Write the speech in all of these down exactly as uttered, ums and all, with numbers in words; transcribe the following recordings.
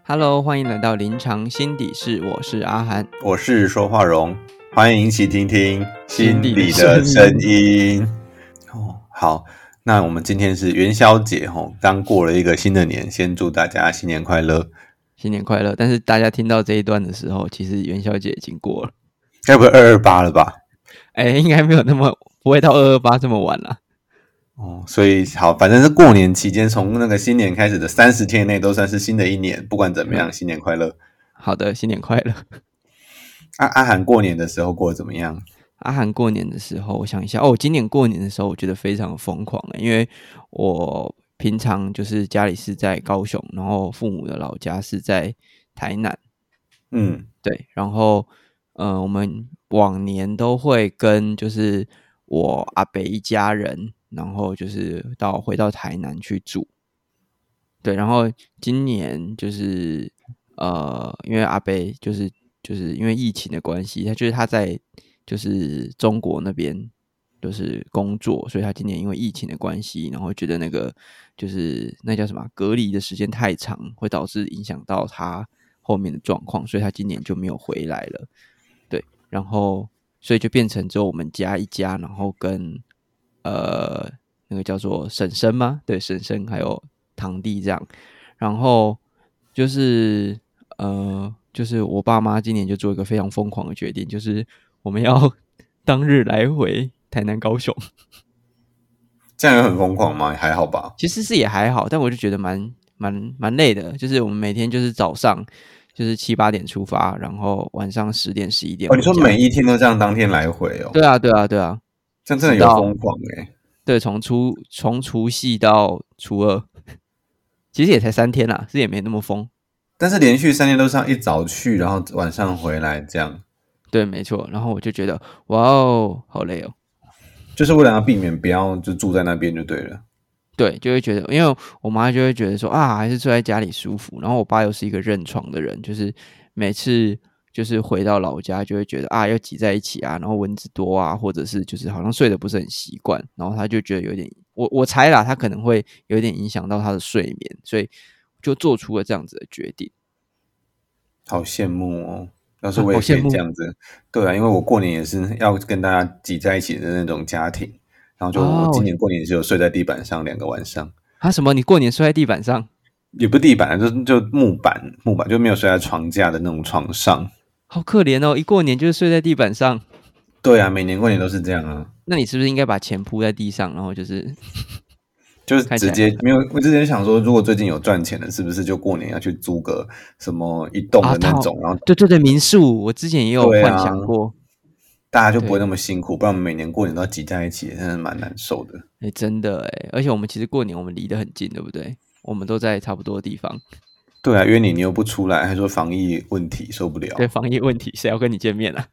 Hello，欢迎来到临床心底事，我是阿涵， 我是说话荣，欢迎一起听听心底的声音。哦，好，那我们今天是元宵节哦，刚过了一个新的年，先祝大家新年快乐， 新年快乐！但是大家听到这一段的时候，其实元宵节已经过了， 该不会二二八了吧？ 哎，应该没有那么不会到二二八这么晚啦。 哦，所以好，反正是过年期间，从那个新年开始的三十天内都算是新的一年，不管怎么样，新年快乐。 好的，新年快乐。 阿阿涵过年的时候过得怎么样？ 阿涵过年的时候，我想一下哦，今年过年的时候，我觉得非常疯狂欸，因为我平常就是家里是在高雄，然后父母的老家是在台南， 嗯， 对，然后呃，我们往年都会跟就是我阿北一家人，然后就是到回到台南去住，对，然后今年就是呃，因为阿北就是就是因为疫情的关系，他就是他在就是中国那边就是工作，所以他今年因为疫情的关系，然后觉得那个就是那叫什么隔离的时间太长，会导致影响到他后面的状况，所以他今年就没有回来了。对，然后所以就变成只有我们家一家，然后跟呃那个叫做婶婶吗？对，婶婶还有堂弟这样，然后就是呃，就是我爸妈今年就做一个非常疯狂的决定，就是我们要当日来回台南、高雄。 这样有很疯狂吗？还好吧。 其实是也还好，但我就觉得蛮蛮蛮累的。就是我们每天就是早上就是七八点出发，然后晚上十点、十一点哦， 回家。 你说每一天都这样当天来回哦？ 对啊，对啊，对啊， 这样真的有疯狂哎。 对，从除从除夕到初二，其实也才三天啦，是也没那么疯。 但是连续三天都是要一早去，然后晚上回来，这样对，没错。然后我就觉得，哇哦，好累哦。 就是为了要避免不要就住在那边就对了。 对，就会觉得，因为我妈就会觉得说啊，还是住在家里舒服。然后我爸又是一个认床的人，就是每次就是回到老家就会觉得啊，要挤在一起啊，然后蚊子多啊，或者是就是好像睡得不是很习惯，然后他就觉得有点，我我猜啦，他可能会有点影响到他的睡眠，所以就做出了这样子的决定。 好羡慕哦！要是我也可以好羡慕这样子，对啊，因为我过年也是要跟大家挤在一起的那种家庭，然后就我今哦。 年过年也是有睡在地板上两个晚上， 啊什么？你过年睡在地板上？ 也不是地板，就就木板，木板就没有睡在床架的那种床上。 好可怜哦！一过年就是睡在地板上。 对啊，每年过年都是这样啊。 那你是不是应该把钱铺在地上，然后就是就是直接没有，我之前想说，如果最近有赚钱了，是不是就过年要去租个什么一栋的那种，然后对对对，民宿，我之前也有幻想过， 大家就不会那么辛苦，不然我们每年过年都要挤在一起，真的蛮难受的。 哎，真的哎，而且我们其实过年我们离得很近，对不对？我们都在差不多的地方。 对啊，约你你又不出来，还说防疫问题受不了。 对，防疫问题，谁要跟你见面啊？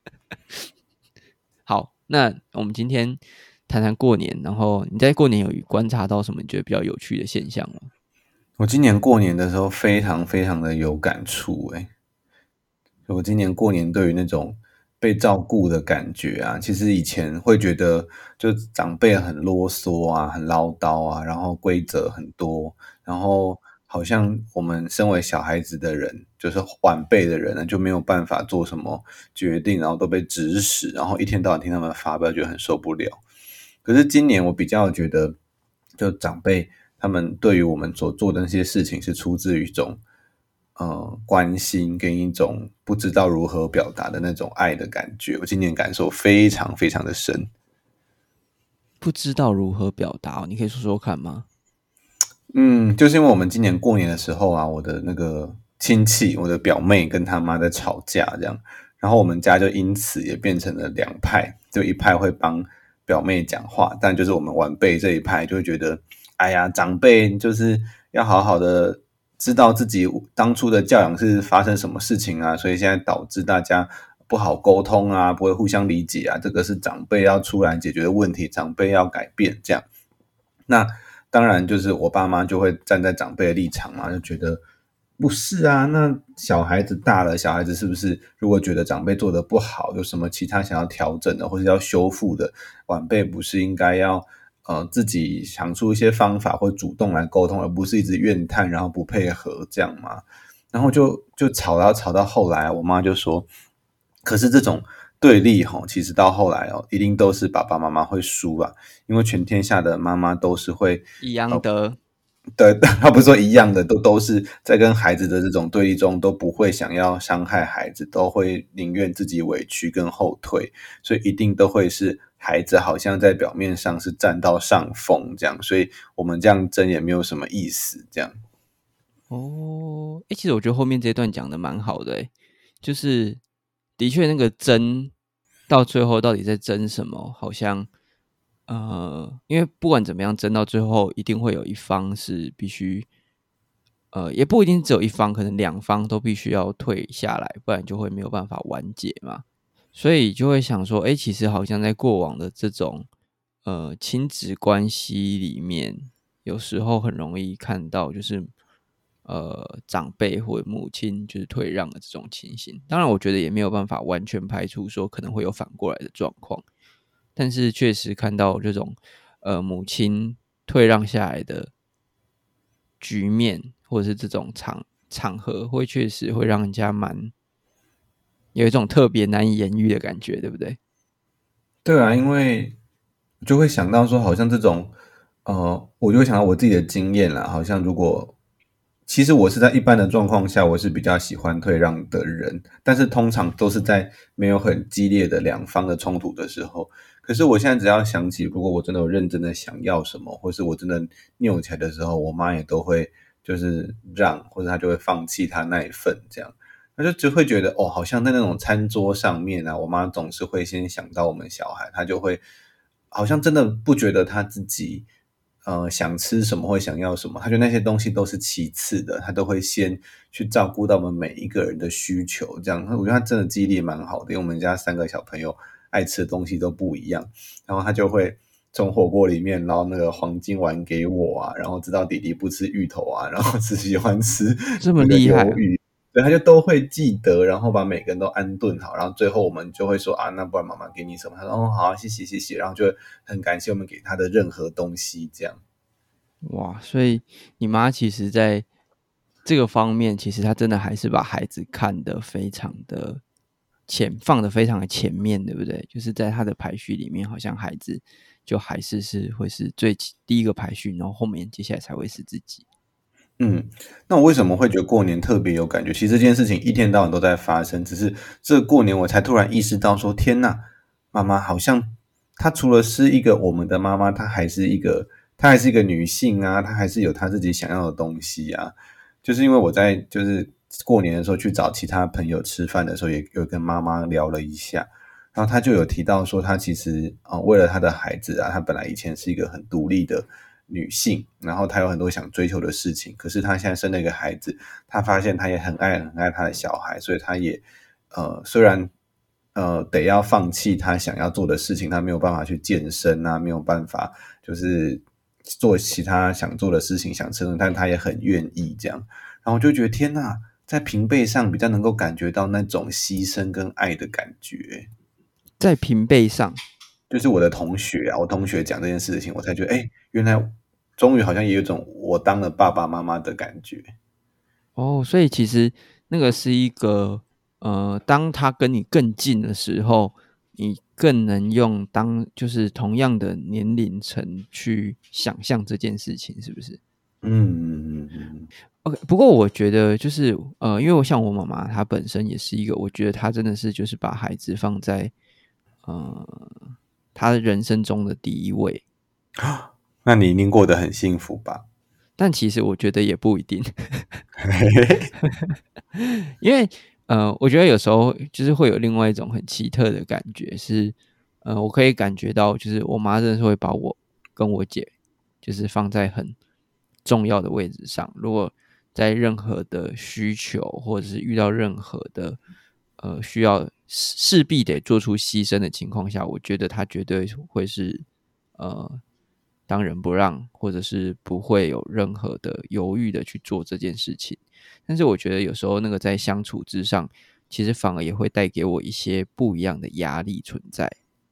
好，那我们今天谈谈过年，然后你在过年有观察到什么你觉得比较有趣的现象吗？ 我今年过年的时候非常非常的有感触诶，我今年过年对于那种被照顾的感觉啊，其实以前会觉得就长辈很啰嗦啊，很唠叨啊，然后规则很多，然后好像我们身为小孩子的人，就是晚辈的人呢，就没有办法做什么决定，然后都被指使，然后一天到晚听他们发表，觉得很受不了。可是今年我比较觉得，就长辈他们对于我们所做的那些事情，是出自于一种呃关心跟一种不知道如何表达的那种爱的感觉。我今年感受非常非常的深。 不知道如何表达哦，你可以说说看吗？ 嗯，就是因为我们今年过年的时候啊，我的那个亲戚，我的表妹跟她妈在吵架，这样，然后我们家就因此也变成了两派，就一派会帮表妹讲话，但就是我们晚辈这一派就会觉得，哎呀，长辈就是要好好的知道自己当初的教养是发生什么事情啊，所以现在导致大家不好沟通啊，不会互相理解啊，这个是长辈要出来解决的问题，长辈要改变这样。那当然就是我爸妈就会站在长辈的立场嘛，就觉得不是啊，那小孩子大了，小孩子是不是如果觉得长辈做的不好，有什么其他想要调整的或是要修复的，晚辈不是应该要呃自己想出一些方法或主动来沟通，而不是一直怨叹然后不配合这样吗？ 然后就就吵到吵到后来，我妈就说，可是这种对立吼，其实到后来哦，一定都是爸爸妈妈会输啊，因为全天下的妈妈都是会一样的。 对，他不是说一样的，都都是在跟孩子的这种对立中，都不会想要伤害孩子，都会宁愿自己委屈跟后退，所以一定都会是孩子好像在表面上是占到上风这样，所以我们这样争也没有什么意思这样。 哦，诶，其实我觉得后面这段讲的蛮好的，诶，就是的确那个争到最后到底在争什么，好像呃，因为不管怎么样争到最后，一定会有一方是必须，呃，也不一定只有一方，可能两方都必须要退下来，不然就会没有办法完结嘛。所以就会想说，诶，其实好像在过往的这种呃亲子关系里面，有时候很容易看到就是呃长辈或者母亲就是退让的这种情形。当然，我觉得也没有办法完全排除说可能会有反过来的状况，但是确实看到这种呃母亲退让下来的局面，或者是这种场场合，会确实会让人家蛮有一种特别难以言喻的感觉，对不对？ 对啊，因为就会想到说，好像这种，呃，我就会想到我自己的经验啦。好像如果其实我是在一般的状况下，我是比较喜欢退让的人，但是通常都是在没有很激烈的两方的冲突的时候。可是我现在只要想起，如果我真的有认真的想要什么，或是我真的拗起来的时候，我妈也都会就是让，或者她就会放弃她那一份这样。他就只会觉得哦，好像在那种餐桌上面啊，我妈总是会先想到我们小孩，她就会好像真的不觉得她自己呃想吃什么或想要什么，她觉得那些东西都是其次的，她都会先去照顾到我们每一个人的需求，这样我觉得她真的记忆力蛮好的，因为我们家三个小朋友爱吃的东西都不一样，然后她就会从火锅里面捞那个黄金丸给我啊，然后知道弟弟不吃芋头啊，然后只喜欢吃这么那个厉害啊！ 鱿鱼。对，他就都会记得，然后把每个人都安顿好，然后最后我们就会说啊，那不然妈妈给你什么？他说哦，好，谢谢谢谢，然后就很感谢我们给他的任何东西，这样。 哇，所以你妈其实在这个方面，其实她真的还是把孩子看得非常的前，放得非常的前面，对不对？就是在她的排序里面，好像孩子就还是是会是最第一个排序，然后后面接下来才会是自己。 嗯，那我为什么会觉得过年特别有感觉？其实这件事情一天到晚都在发生，只是这过年我才突然意识到说，天呐，妈妈好像她除了是一个我们的妈妈，她还是一个她还是一个女性啊，她还是有她自己想要的东西啊。就是因为我在就是过年的时候去找其他朋友吃饭的时候，也有跟妈妈聊了一下，然后她就有提到说，她其实啊、呃为了她的孩子啊，她本来以前是一个很独立的女性，然后她有很多想追求的事情，可是她现在生了一个孩子，她发现她也很爱很爱她的小孩，所以她也呃虽然呃得要放弃她想要做的事情，她没有办法去健身啊，没有办法就是做其他想做的事情，想吃的，但她也很愿意这样，然后我就觉得天哪，在平辈上比较能够感觉到那种牺牲跟爱的感觉。 在平辈上， 就是我的同学啊，我同学讲这件事情，我才觉得，哎，原来终于好像也有一种我当了爸爸妈妈的感觉。 哦，所以其实那个是一个呃，当他跟你更近的时候，你更能用当就是同样的年龄层去想象这件事情，是不是嗯嗯嗯 ？OK，不过我觉得就是呃，因为我像我妈妈，她本身也是一个，我觉得她真的是就是把孩子放在呃她人生中的第一位， 嗯，那你一定过得很幸福吧？ 但其实我觉得也不一定。因为呃，我觉得有时候就是会有另外一种很奇特的感觉是，呃，我可以感觉到，就是我妈真的是会把我跟我姐，就是放在很重要的位置上。如果在任何的需求，或者是遇到任何的呃需要势必得做出牺牲的情况下，我觉得她绝对会是呃当仁不让，或者是不会有任何的犹豫的去做这件事情。但是我觉得有时候那个在相处之上，其实反而也会带给我一些不一样的压力存在。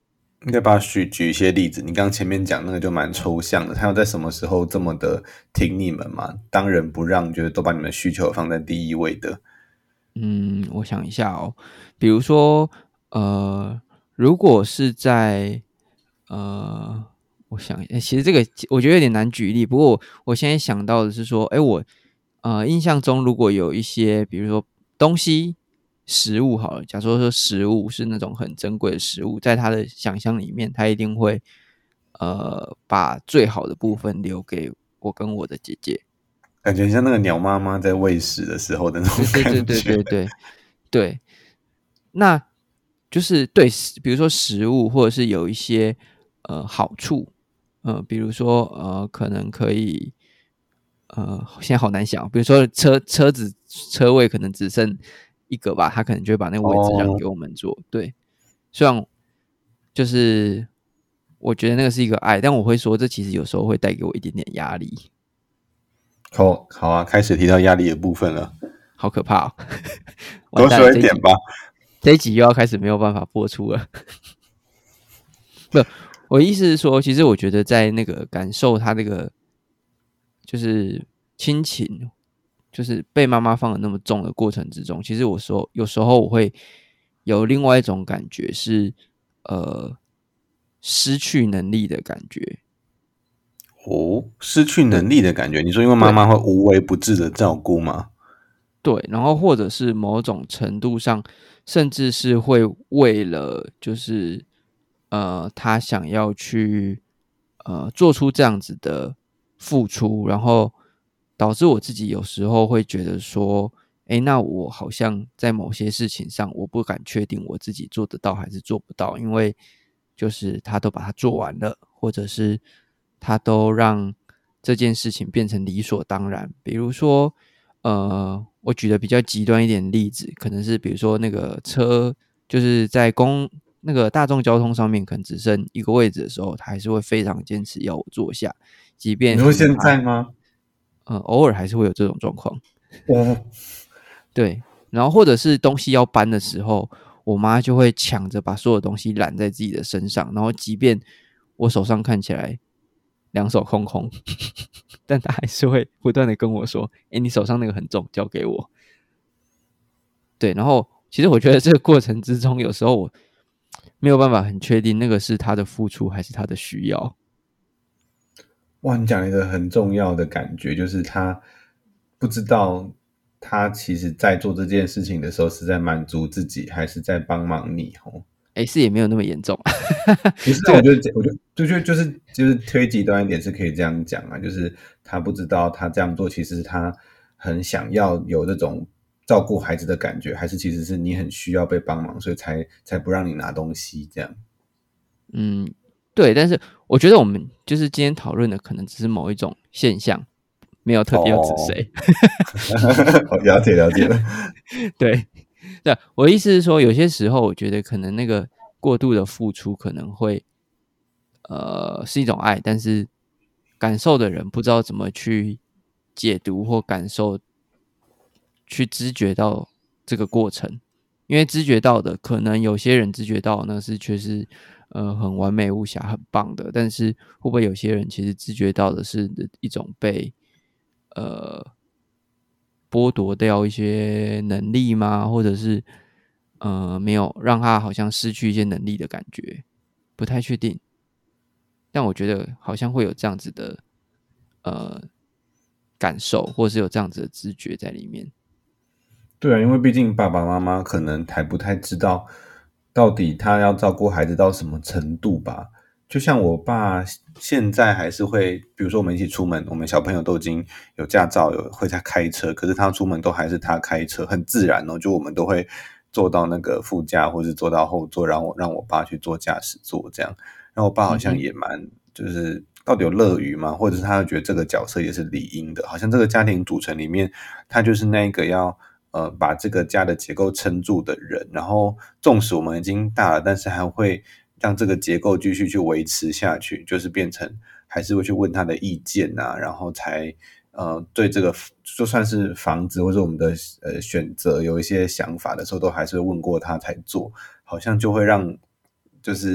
应该把举举一些例子，你刚前面讲那个就蛮抽象的，他要在什么时候这么的挺你们嘛？当仁不让，觉得都把你们需求放在第一位的。 嗯，我想一下哦，比如说，呃，如果是在，呃，我想，欸其实这个我觉得有点难举例。不过我我现在想到的是说，哎，我呃印象中如果有一些，比如说东西、食物好了，假如说食物是那种很珍贵的食物，在他的想象里面，他一定会呃把最好的部分留给我跟我的姐姐。 感觉像那个鸟妈妈在喂食的时候的那种对对对对感觉。 对对对，那就是对，比如说食物，或者是有一些呃好处，呃，比如说呃，可能可以，呃，现在好难想，比如说车车子车位可能只剩一个吧，他可能就会把那个位置让哦， 给我们坐。对，虽然就是我觉得那个是一个爱，但我会说这其实有时候会带给我一点点压力， 好，好啊，开始提到压力的部分了， 好可怕哦！完多蛋了，这一集说一点吧。 这一集又要开始没有办法播出了。不，我的意思是说，其实我觉得在那个感受他那个就是亲情，就是被妈妈放的那么重的过程之中，其实我说有时候我会有另外一种感觉是，呃，失去能力的感觉。 哦，失去对能力的感觉，你说因为妈对妈会无微不至的照顾吗？ 对，然后或者是某种程度上，甚至是会为了就是呃，他想要去呃做出这样子的付出，然后导致我自己有时候会觉得说，诶，那我好像在某些事情上，我不敢确定我自己做得到还是做不到，因为就是他都把它做完了，或者是他都让这件事情变成理所当然。比如说，呃，我举的比较极端一点的例子，可能是比如说那个车，就是在公那个大众交通上面，可能只剩一个位置的时候，他还是会非常坚持要我坐下，即便可能他你说现在吗？ 呃偶尔还是会有这种状况。 哦， 对，然后或者是东西要搬的时候，我妈就会抢着把所有东西揽在自己的身上，然后即便我手上看起来两手空空，但她还是会不断的跟我说：“哎，你手上那个很重，交给我。”对，然后其实我觉得这个过程之中，有时候我没有办法很确定那个是她的付出还是她的需要。 哇，你讲了一个很重要的感觉，就是他不知道他其实在做这件事情的时候是在满足自己，还是在帮忙你哦。 哎，是也没有那么严重。 不是啊， 这个我觉得这，我觉得就就就是就是推极端一点是可以这样讲啊，就是他不知道他这样做，其实他很想要有这种照顾孩子的感觉，还是其实是你很需要被帮忙，所以才才不让你拿东西这样。 嗯，对，但是我觉得我们就是今天讨论的，可能只是某一种现象，没有特别要指哦， 谁。 了解了解了。 对，对，我的意思是说，有些时候我觉得可能那个过度的付出可能会，呃，是一种爱，但是感受的人不知道怎么去解读或感受，去知觉到这个过程，因为知觉到的，可能有些人知觉到那是却是呃很完美无瑕、很棒的，但是会不会有些人其实知觉到的是一种被呃剥夺掉一些能力吗？或者是呃没有让他好像失去一些能力的感觉，不太确定。但我觉得好像会有这样子的呃感受，或是有这样子的知觉在里面。 对啊，因为毕竟爸爸妈妈可能还不太知道，到底他要照顾孩子到什么程度吧。就像我爸现在还是会，比如说我们一起出门，我们小朋友都已经有驾照，有会在开车，可是他出门都还是他开车，很自然哦。就我们都会坐到那个副驾，或是坐到后座，让我让我爸去做驾驶座这样。然后我爸好像嗯哼， 也蛮，就是到底有乐于吗？或者是他觉得这个角色也是理应的，好像这个家庭组成里面，他就是那个要。呃，把这个家的结构撑住的人，然后纵使我们已经大了，但是还会让这个结构继续去维持下去，就是变成还是会去问他的意见啊，然后才呃对这个就算是房子或者我们的呃选择有一些想法的时候，都还是会问过他才做，好像就会让就是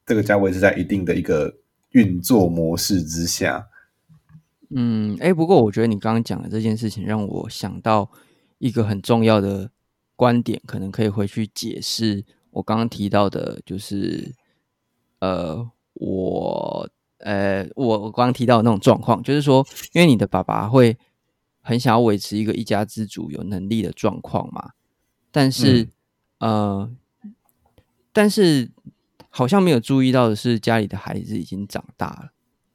这个家维持在一定的一个运作模式之下。 嗯，哎，不过我觉得你刚刚讲的这件事情让我想到一个很重要的观点，可能可以回去解释我刚刚提到的，就是呃，我呃，我我刚刚提到的那种状况，就是说，因为你的爸爸会很想要维持一个一家之主有能力的状况嘛，但是、嗯、呃，但是好像没有注意到的是，家里的孩子已经长大了。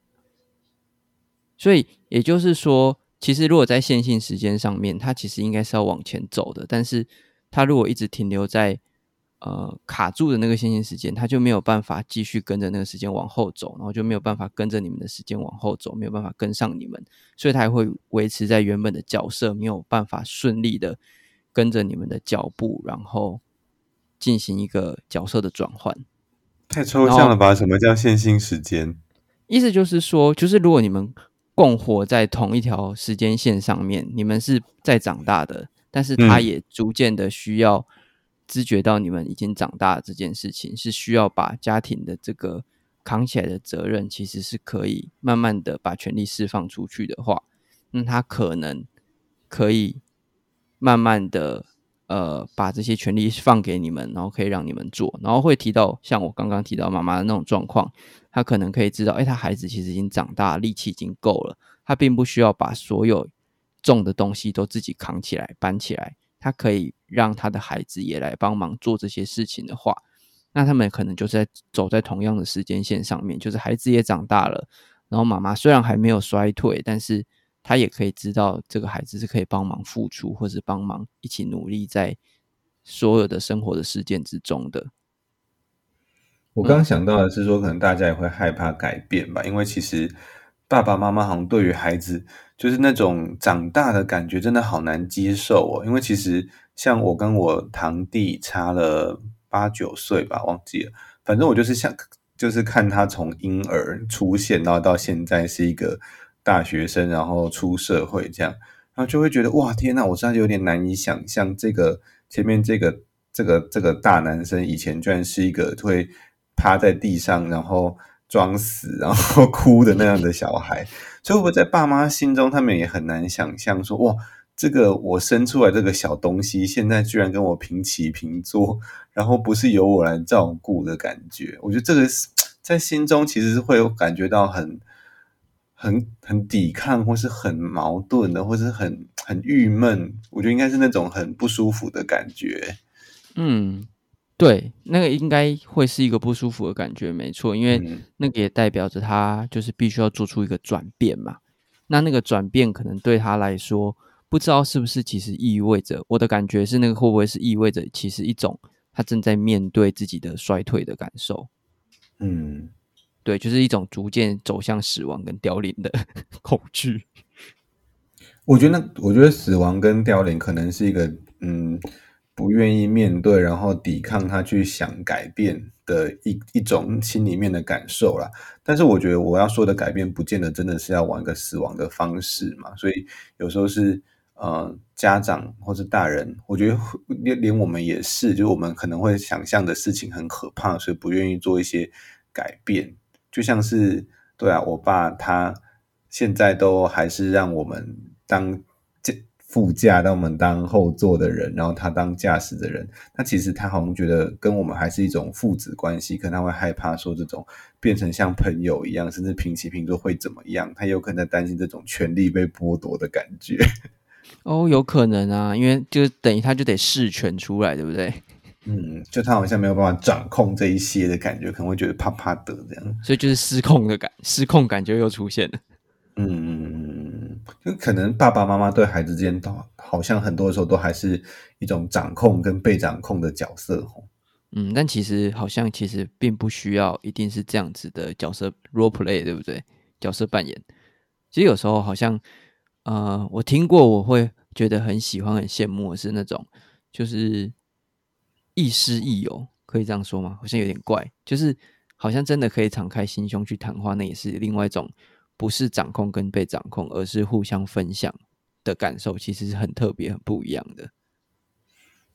所以也就是说，其实如果在线性时间上面，它其实应该是要往前走的，但是它如果一直停留在呃卡住的那个线性时间，它就没有办法继续跟着那个时间往后走，然后就没有办法跟着你们的时间往后走，没有办法跟上你们，所以它还会维持在原本的角色，没有办法顺利的跟着你们的脚步，然后进行一个角色的转换。 太抽象了吧？什么叫线性时间？ 意思就是说，就是如果你们共活在同一条时间线上面，你们是在长大的，但是他也逐渐的需要知觉到你们已经长大的这件事情，是需要把家庭的这个扛起来的责任，其实是可以慢慢的把权力释放出去的话，那他可能可以慢慢的呃把这些权利放给你们，然后可以让你们做，然后会提到像我刚刚提到妈妈的那种状况，他可能可以知道，哎，他孩子其实已经长大，力气已经够了，他并不需要把所有重的东西都自己扛起来搬起来，他可以让他的孩子也来帮忙做这些事情的话，那他们可能就是在走在同样的时间线上面，就是孩子也长大了，然后妈妈虽然还没有衰退，但是他也可以知道这个孩子是可以帮忙付出，或是帮忙一起努力在所有的生活的事件之中的。 我刚刚想到的是说，可能大家也会害怕改变吧，因为其实爸爸妈妈好像对于孩子就是那种长大的感觉，真的好难接受哦。因为其实像我跟我堂弟差了八九岁吧，忘记了，反正我就是像就是看他从婴儿出现，然后到现在是一个大学生，然后出社会这样，然后就会觉得哇，天哪，我实在有点难以想象，这个前面这个这个这个大男生以前居然是一个会趴在地上，然后装死，然后哭的那样的小孩，所以我在爸妈心中，他们也很难想象说，哇，这个我生出来这个小东西，现在居然跟我平起平坐，然后不是由我来照顾的感觉。我觉得这个在心中其实是会有感觉到很很很抵抗，或是很矛盾的，或是很很郁闷。我觉得应该是那种很不舒服的感觉。 嗯，对，那个应该会是一个不舒服的感觉，没错，因为那个也代表着他就是必须要做出一个转变嘛。那那个转变可能对他来说，不知道是不是其实意味着，我的感觉是那个会不会是意味着其实一种他正在面对自己的衰退的感受。 嗯， 对，就是一种逐渐走向死亡跟凋零的恐惧。 我觉得那，我觉得死亡跟凋零可能是一个，嗯，不愿意面对，然后抵抗他去想改变的一一种心里面的感受啦。但是我觉得我要说的改变，不见得真的是要往一个死亡的方式嘛。所以有时候是，呃，家长或是大人，我觉得连连我们也是，就是我们可能会想象的事情很可怕，所以不愿意做一些改变。就像是，对啊，我爸他现在都还是让我们当副驾，让我们当后座的人，然后他当驾驶的人。那其实他好像觉得跟我们还是一种父子关系，可能他会害怕说这种变成像朋友一样，甚至平起平坐会怎么样？他有可能在担心这种权利被剥夺的感觉。 哦，有可能啊，因为就等于他就得释权出来，对不对？ 嗯，就他好像没有办法掌控这一些的感觉，可能会觉得怕怕的这样。 所以就是失控的感，失控感就又出现了。 嗯嗯嗯，就可能爸爸妈妈对孩子之间都好像很多的时候都还是一种掌控跟被掌控的角色。 嗯，但其实好像其实并不需要一定是这样子的角色 role play， 对不对？角色扮演，其实有时候好像，呃，我听过，我会觉得很喜欢、很羡慕的是那种，就是亦师亦友，可以这样说吗？好像有点怪，就是好像真的可以敞开心胸去谈话，那也是另外一种不是掌控跟被掌控，而是互相分享的感受，其实是很特别、很不一样的。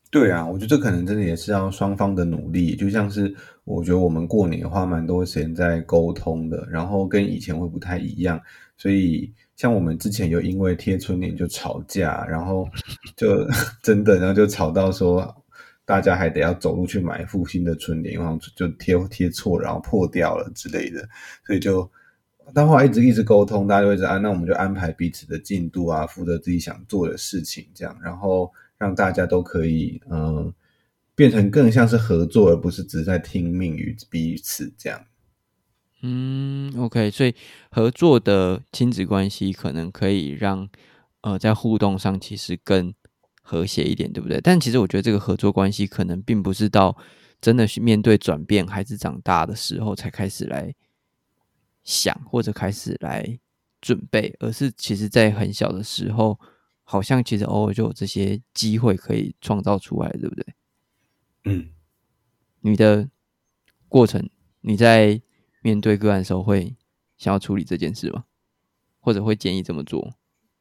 对啊，我觉得这可能真的也是要双方的努力，就像是我觉得我们过年花蛮多时间在沟通的，然后跟以前会不太一样，所以像我们之前有因为贴春联就吵架，然后就真的，然后就吵到说大家还得要走路去买一副新的春联，然后就贴贴错，然后破掉了之类的，所以就但后来一直一直沟通，大家就会说啊，那我们就安排彼此的进度啊，负责自己想做的事情，这样，然后让大家都可以，嗯、呃，变成更像是合作，而不是只在听命于彼此这样。 嗯，OK，所以合作的亲子关系可能可以让呃在互动上其实更和谐一点，对不对？但其实我觉得这个合作关系可能并不是到真的去面对转变，孩子长大的时候才开始来想或者开始来准备，而是其实在很小的时候，好像其实偶尔就有这些机会可以创造出来，对不对？ 嗯， 你的过程，你在面对个案的时候会想要处理这件事吗？或者会建议这么做？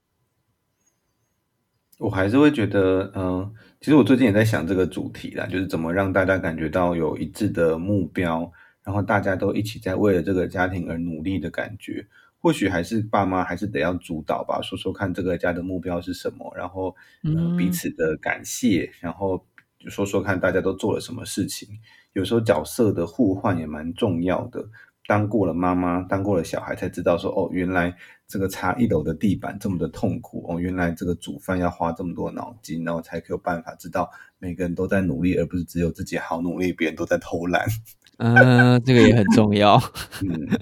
我还是会觉得，嗯、呃，其实我最近也在想这个主题啦，就是怎么让大家感觉到有一致的目标，然后大家都一起在为了这个家庭而努力的感觉。或许还是爸妈还是得要主导吧，说说看这个家的目标是什么，然后呃彼嗯此的感谢，然后说说看大家都做了什么事情。有时候角色的互换也蛮重要的。当过了妈妈，当过了小孩，才知道说哦，原来这个擦一楼的地板这么的痛苦哦，原来这个煮饭要花这么多脑筋，然后才可以有办法知道每个人都在努力，而不是只有自己好努力，别人都在偷懒。 呃，这个也很重要。 嗯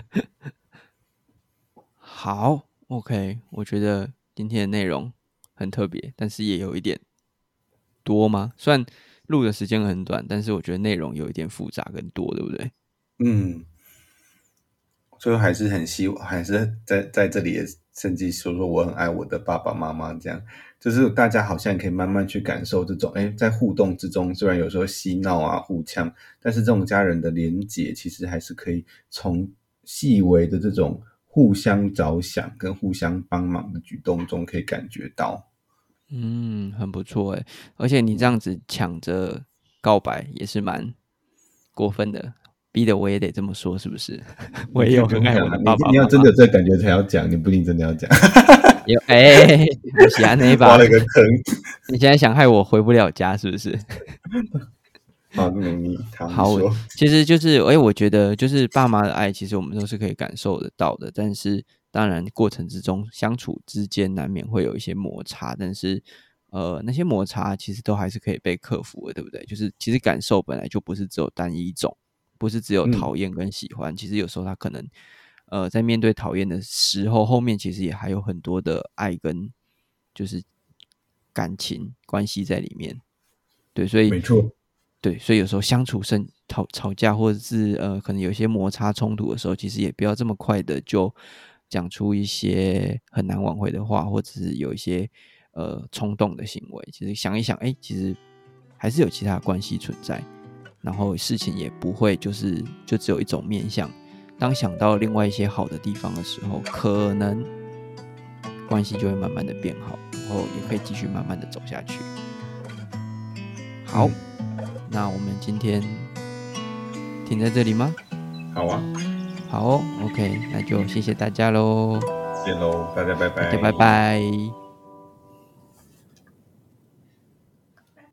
好，OK，我觉得今天的内容很特别，但是也有一点多吗？虽然录的时间很短，但是我觉得内容有一点复杂跟多，对不对？ 嗯，所以还是很希望，还是在在这里也甚至说说我很爱我的爸爸妈妈，这样就是大家好像可以慢慢去感受这种，哎，在互动之中，虽然有时候嬉闹啊、互呛，但是这种家人的连结，其实还是可以从细微的这种互相着想跟互相帮忙的举动中，可以感觉到。 嗯，很不错诶，而且你这样子抢着告白也是蛮过分的，逼得我也得这么说，是不是？我你可以也有不用讲啊， 很爱我的你你要爸爸妈妈。 真的有这个感觉才要讲，你不一定真的要讲。 有哎，我喜欢那一把。 挖了个坑。 你现在想害我回不了家，是不是？ 好，你你好，你好，我说。 其实就是哎，我觉得就是爸妈的爱，其实我们都是可以感受得到的。但是当然过程之中相处之间难免会有一些摩擦，但是呃那些摩擦其实都还是可以被克服的，对不对？就是其实感受本来就不是只有单一种，不是只有嗯， 讨厌跟喜欢，其实有时候他可能呃在面对讨厌的时候，后面其实也还有很多的爱跟就是感情关系在里面。对，所以没错。 对，所以有时候相处生吵吵架，或者是呃，可能有一些摩擦冲突的时候，其实也不要这么快的就讲出一些很难挽回的话，或者是有一些呃冲动的行为。其实想一想，哎，其实还是有其他的关系存在，然后事情也不会就是就只有一种面向。当想到另外一些好的地方的时候，可能关系就会慢慢的变好，然后也可以继续慢慢的走下去。好， 嗯， 那我们今天停在这里吗？ 好啊， 好哦，OK，那就谢谢大家喽， 见喽，大家拜拜， 大家拜拜。